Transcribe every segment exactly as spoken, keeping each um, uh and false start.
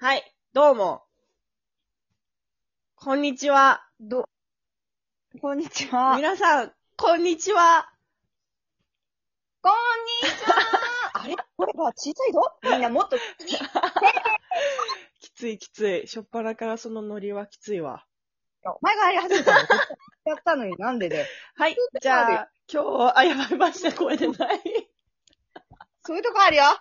はい、どうも。こんにちは。 ど、こんにちは。 皆さん、こんにちは。 こんにちは。あれこれが小さいぞ。みんなもっと、 きついきつい。しょっぱなからそのノリはきついわ。 お前がやり始めたの。やったのになんでで。 はい、じゃあ、今日、あ、やばい、ました、声でない。 そういうとこあるよ。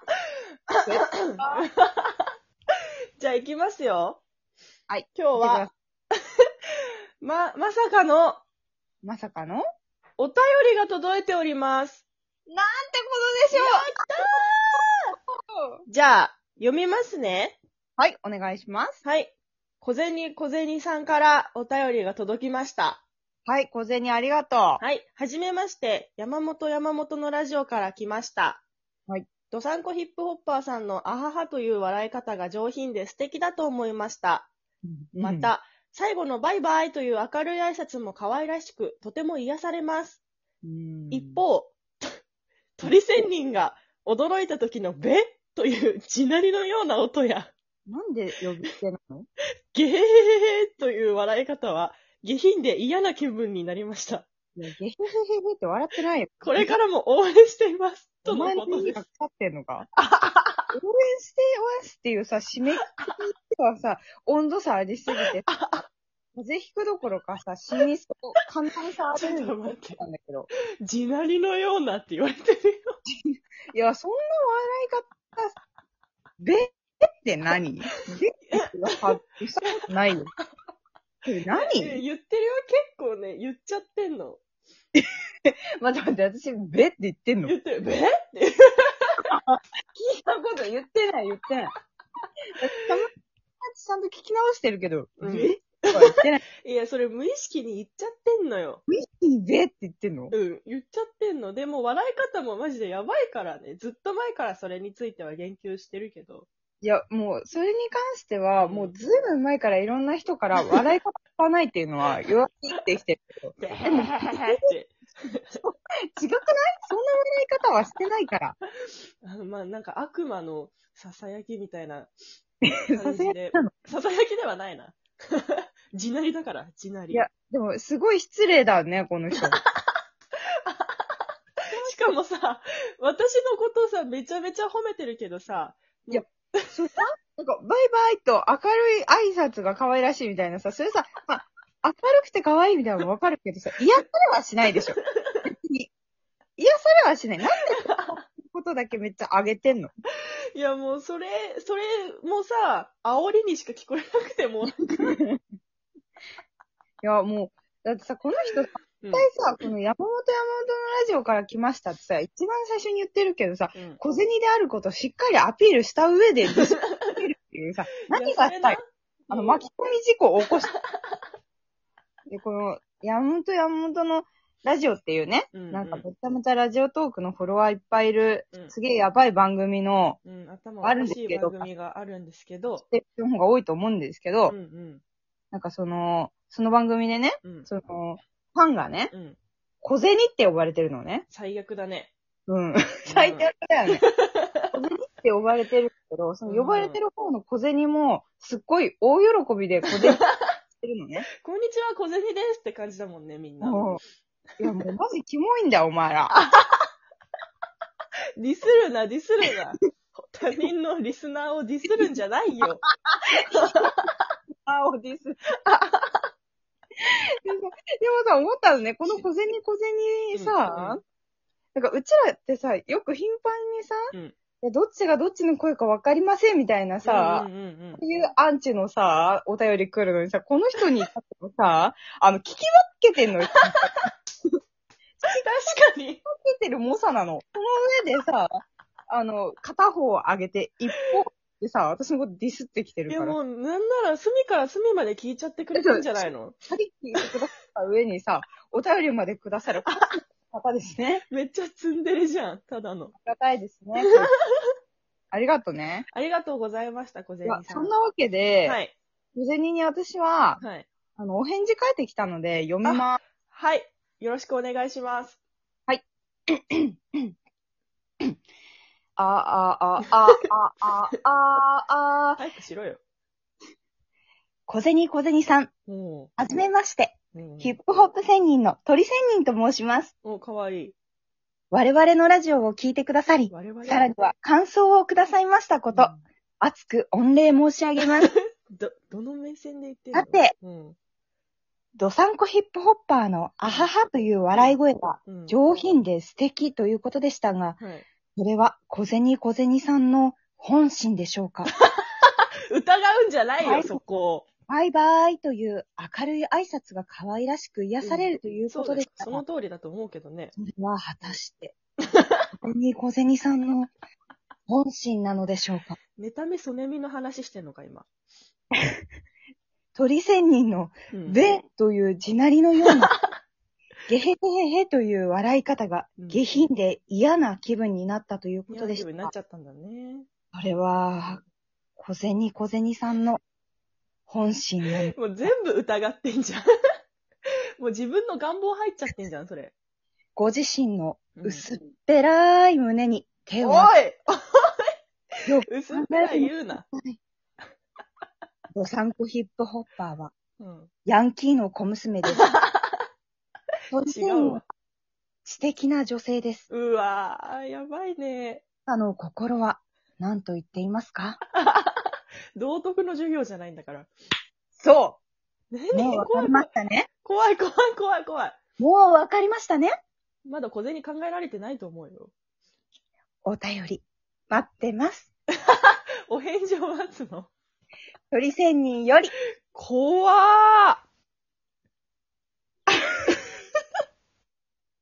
じゃあ、行きますよ。 はい。 今日は、ま、まさかの、 まさかのなんてお便りが届いております。 ことでしょう。 やったー。じゃあ、読みますね。 はい、お願いします。 はい。小銭小銭さんからお便りが届きました。 はい、小銭ありがとはい。はじめまして、山本山本のラジオから来ました。 はい。 ドサンコヒップホッパーさんのアハハという笑い方が上品で素敵だと思いました。 う。 また、最後のバイバイという明るい挨拶も可愛らしく、とても癒されます。 うん、 一方、鳥仙人が驚いた時のベという地鳴りのような音や、 なんで呼び捨てなの？ ゲーという笑い方は、下品で嫌な気分になりました。 いや、ゲヘヘヘヘって笑ってないよ。 これからも応援しています。とのお前のことです。 耳が腐ってんのか？応援してますっていうさ、締め切りはさ、温度差ありすぎて、風邪ひくどころかさ、死にそう、簡単にさ、 ちょっと待ってたんだけど。 地鳴りのようなって言われてるよ。 いや、そんな笑い方、べって何べっては、したことないよ。それ何え言ってるよ。結構ね、言っちゃってんの。 待って待って、私、べって言ってんの？聞い言ってる。べってたこと言ってない、言ってない。たまにちゃんと聞き直してるけど、 うんべとは言ってない。 いや、それ無意識に言っちゃってんのよ。 無意識にべって言ってんの？ うん、言っちゃってんの。でも、笑い方もマジでやばいからね。ずっと前からそれについては言及してるけど。 いや、もう、それに関しては、 うんもうずいぶん前からいろんな人から笑い方使わないっていうのは言われてきてるけど、 ででも、 へへへって。 違くない？そんな笑い方はしてないから。 あの、まあ、なんか悪魔の囁きみたいなさ感じで。 すがになの。 囁きではないな。地鳴りだから、地鳴り。 いや、でも、すごい失礼だね、この人。 しかもさ、私のことをさ、めちゃめちゃ褒めてるけどさ、 いや、それさ、なんか、バイバイと明るい挨拶が可愛らしいみたいなさ、それさ、まあ、明るくて可愛いみたいなのもわかるけどさ、癒されはしないでしょ。別に。癒されはしない。なんでこのことだけめっちゃ上げてんの？ いやもうそれ、それもさ、煽りにしか聞こえなくても。 いや、もう、だってさ、この人さ、 うん絶対さ、この山本山本のラジオから来ましたってさ、一番最初に言ってるけどさ、 うん小銭であることをしっかりアピールした上でディスってるっていうさ、何がしたい？あの、巻き込み事故を起こした。で、この、山本山本のラジオっていうね、 うんうんなんかめちゃめちゃラジオトークのフォロワーいっぱいいる、 うんすげえやばい番組の、 うん、頭あおかるんですけどしい番組があるんですけど、 知ってる方が多いと思うんですけど、 うんうんなんかその、その番組でね、 うんその、ファンがね、 うん、 小銭って呼ばれてるのね。 最悪だね。 うん。最低だよね。小銭って呼ばれてるけど、その呼ばれてる方の小銭も、すっごい大喜びで小銭してるのね。 こんにちは、小銭ですって感じだもんね、みんな。 もう、いやもうマジキモいんだよ、お前ら。 ディスるな、ディスるな。他人のリスナーをディスるんじゃないよ。 あ、オディス。でもさ、思ったのね、この小銭小銭さ、 うんなんかうちらってさ、よく頻繁にさ、 うんいやどっちがどっちの声か分かりませんみたいなさ、 うんうんうんこういうアンチのさ、お便り来るのにさ、この人に至ってもさ、あの、聞き分けてんのよ。聞き分確かに。 けてる猛者なの。その上でさ、あの、片方を上げて、一方でさ、私のことディスってきていやるから。 もう、なんなら隅から隅まで聞いちゃってくれてんじゃないの？ はり聞いてくださった上にさ、お便りまでくださる方ですね。 めっちゃツンデレじゃん、ただの。 ありがたいですね。ありがとね。 ありがとうございました、小いや、 銭さん。 そんなわけで、 はい。 小銭に私は、 はい。 あの、お返事返ってきたので、読みまはい。よろしくお願いします。 す。あ、あ、あ、あ、あ、あ、あ、あ、 早くしろよ。 小銭小銭さん、 おう。 はじめまして。 うん。 ヒップホップ仙人の鳥仙人と申します。 お、かわいい。 我々のラジオを聞いてくださり、 我々 さらには感想をくださいましたこと、熱く御礼申し上げます。 ど、どの目線で言ってるの？ さて、 うん。 ドサンコヒップホッパーのアハハという笑い声がうん。 上品で素敵ということでしたが、 はい。 それは小銭小銭さんの本心でしょうか？ 疑うんじゃないよ、 はいそこ。 バイバイという明るい挨拶が可愛らしく癒されるというそうです。 ことでしたが、 その通りだと思うけどね。 それは果たして、小銭小銭さんの本心なのでしょうか？ 妬みそねみの話してんのか、今。 鳥仙人のうん。 べという地鳴りのような、ゲヘヘヘヘという笑い方がうん下品で嫌な気分になったということでし嫌な気分になった。 ちゃったんだね。 それは、小銭小銭さんの本心なの。 もう全部疑ってんじゃん。もう自分の願望入っちゃってんじゃん、それ。 ご自身のうん薄っぺらい胸に手をお当いて、よく薄っぺらい言うな。 ドサンコヒップホッパーは、 うん。 ヤンキーの小娘です。鳥違仙人はうわ。 知的な女性です。 うわぁ、やばいね。 あの心は何と言っていますか？ 道徳の授業じゃないんだから。 そ何う。もうわかり怖い怖い。 ましたね。 怖い怖い怖い怖い。 もうわかりましたね。 まだ小銭考えられてないと思うよ。 お便り、待ってます。 お返事を待つの。 鳥仙人より、 怖ー。